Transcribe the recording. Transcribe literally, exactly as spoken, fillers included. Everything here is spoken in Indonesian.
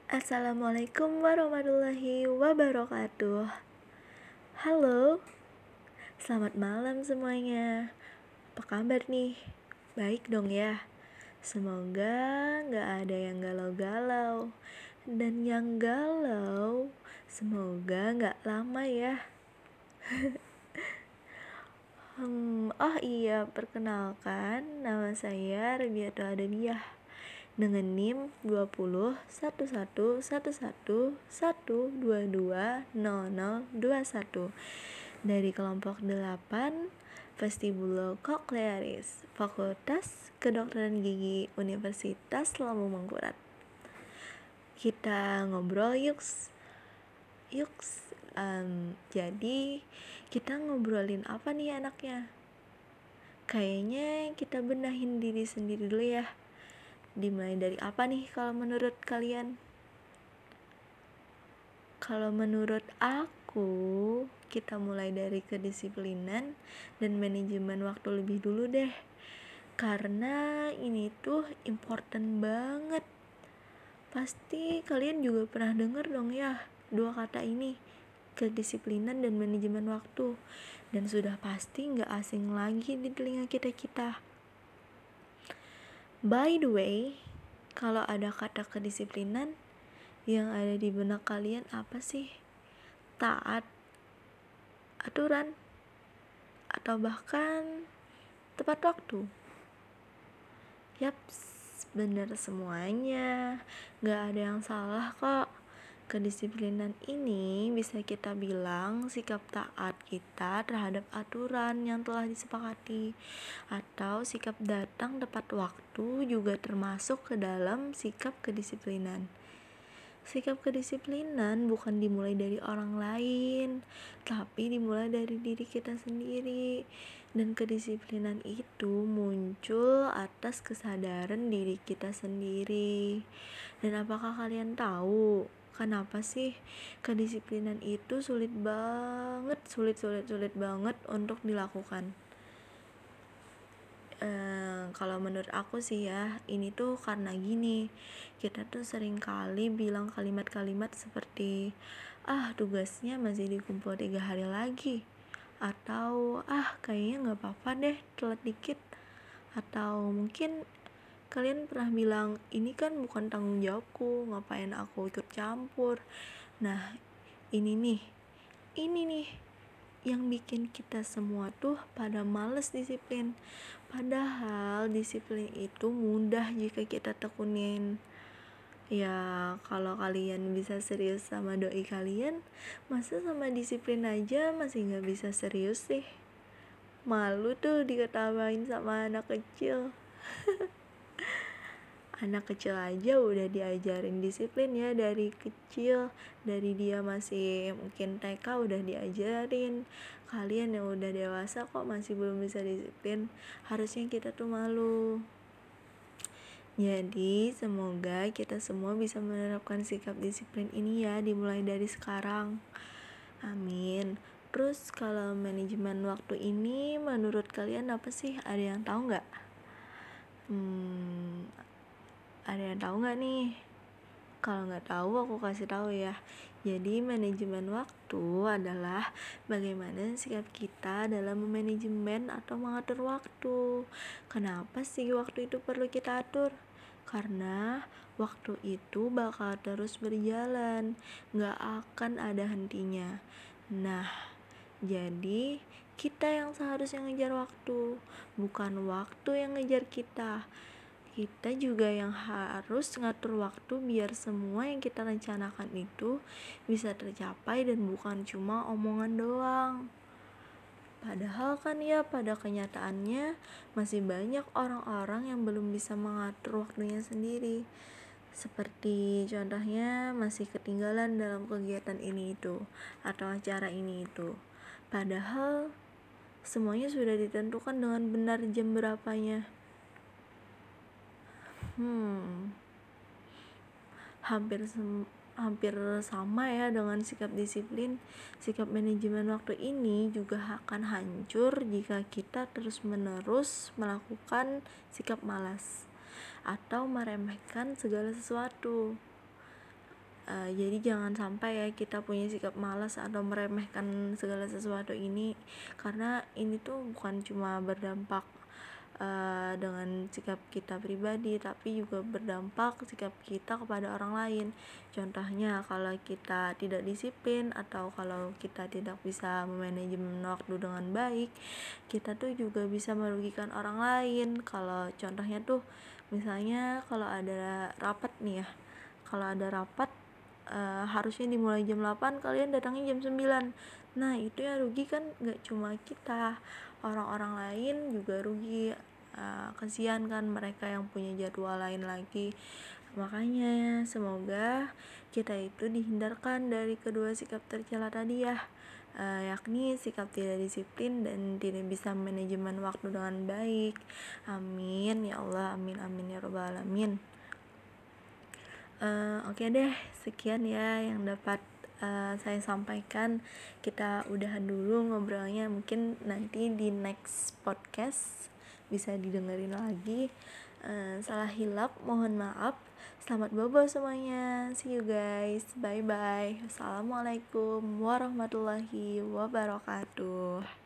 Assalamualaikum warahmatullahi wabarakatuh. Halo, selamat malam semuanya. Apa kabar nih? Baik dong ya. Semoga gak ada yang galau-galau. Dan yang galau, semoga gak lama ya. hmm, Oh iya, perkenalkan, nama saya Rabiatul Adabiyah dengan N I M dua nol satu satu satu satu satu dua dua nol nol dua satu dari kelompok delapan Vestibulo Cochlearis, Fakultas Kedokteran Gigi Universitas Lambung Mangkurat. Kita ngobrol yuks. Yuks. Um, jadi kita ngobrolin apa nih anaknya? Kayaknya kita benahin diri sendiri dulu ya. Dimulai dari apa nih kalau menurut kalian? Kalau menurut aku, kita mulai dari kedisiplinan dan manajemen waktu lebih dulu deh. Karena ini tuh important banget. Pasti kalian juga pernah dengar dong ya dua kata ini, kedisiplinan dan manajemen waktu. Dan sudah pasti gak asing lagi di telinga kita-kita. By the way, kalau ada kata kedisiplinan, yang ada di benak kalian apa sih? Taat, aturan, atau bahkan tepat waktu? Yaps, bener semuanya. Gak ada yang salah kok. Kedisiplinan ini bisa kita bilang sikap taat kita terhadap aturan yang telah disepakati, atau sikap datang tepat waktu juga termasuk ke dalam sikap kedisiplinan. Sikap kedisiplinan bukan dimulai dari orang lain, tapi dimulai dari diri kita sendiri. Dan kedisiplinan itu muncul atas kesadaran diri kita sendiri. Dan apakah kalian tahu kenapa sih kedisiplinan itu sulit banget, sulit-sulit-sulit banget untuk dilakukan? Uh, kalau menurut aku sih ya, ini tuh karena gini, kita tuh sering kali bilang kalimat-kalimat seperti ah tugasnya masih dikumpul tiga hari lagi, atau ah kayaknya nggak apa-apa deh telat dikit, atau mungkin kalian pernah bilang ini kan bukan tanggung jawabku, ngapain aku ikut campur. Nah ini nih, ini nih yang bikin kita semua tuh pada males disiplin. Padahal disiplin itu mudah jika kita tekunin. Ya kalau kalian bisa serius sama doi kalian, masa sama disiplin aja masih gak bisa serius sih? Malu tuh diketawain sama anak kecil. Anak kecil aja udah diajarin disiplin ya dari kecil. Dari dia masih mungkin T K udah diajarin. Kalian yang udah dewasa kok masih belum bisa disiplin? Harusnya kita tuh malu. Jadi semoga kita semua bisa menerapkan sikap disiplin ini ya, dimulai dari sekarang. Amin. Terus kalau manajemen waktu ini menurut kalian apa sih? Ada yang tahu nggak? Hmm, ada yang tahu nggak nih? Kalau nggak tahu aku kasih tahu ya. Jadi manajemen waktu adalah bagaimana sikap kita dalam memanajemen atau mengatur waktu. Kenapa sih waktu itu perlu kita atur? Karena waktu itu bakal terus berjalan, nggak akan ada hentinya. Nah, jadi kita yang seharusnya ngejar waktu, bukan waktu yang ngejar kita. Kita juga yang harus ngatur waktu biar semua yang kita rencanakan itu bisa tercapai dan bukan cuma omongan doang. Padahal kan ya pada kenyataannya masih banyak orang-orang yang belum bisa mengatur waktunya sendiri. Seperti contohnya masih ketinggalan dalam kegiatan ini itu atau acara ini itu. Padahal semuanya sudah ditentukan dengan benar jam berapanya. Hmm, hampir sem- hampir sama ya dengan sikap disiplin. Sikap manajemen waktu ini juga akan hancur jika kita terus-menerus melakukan sikap malas atau meremehkan segala sesuatu. Uh, jadi jangan sampai ya kita punya sikap malas atau meremehkan segala sesuatu ini, karena ini tuh bukan cuma berdampak uh, dengan sikap kita pribadi, tapi juga berdampak sikap kita kepada orang lain. Contohnya kalau kita tidak disiplin atau kalau kita tidak bisa memanajemen waktu dengan baik, kita tuh juga bisa merugikan orang lain. Kalau contohnya tuh misalnya kalau ada rapat nih ya, kalau ada rapat Uh, harusnya dimulai jam delapan, kalian datangnya jam sembilan. Nah itu yang rugi kan gak cuma kita, orang-orang lain juga rugi. Uh, kasihan kan mereka yang punya jadwal lain lagi. Makanya semoga kita itu dihindarkan dari kedua sikap tercela tadi ya, uh, yakni sikap tidak disiplin dan tidak bisa manajemen waktu dengan baik. Amin ya Allah, amin amin ya rabbal alamin. Uh, Oke okay deh, sekian ya yang dapat uh, saya sampaikan. Kita udahan dulu ngobrolnya, mungkin nanti di next podcast bisa didengerin lagi. Uh, salah hilap mohon maaf. Selamat bobo semuanya. See you guys. Bye bye. Assalamualaikum warahmatullahi wabarakatuh.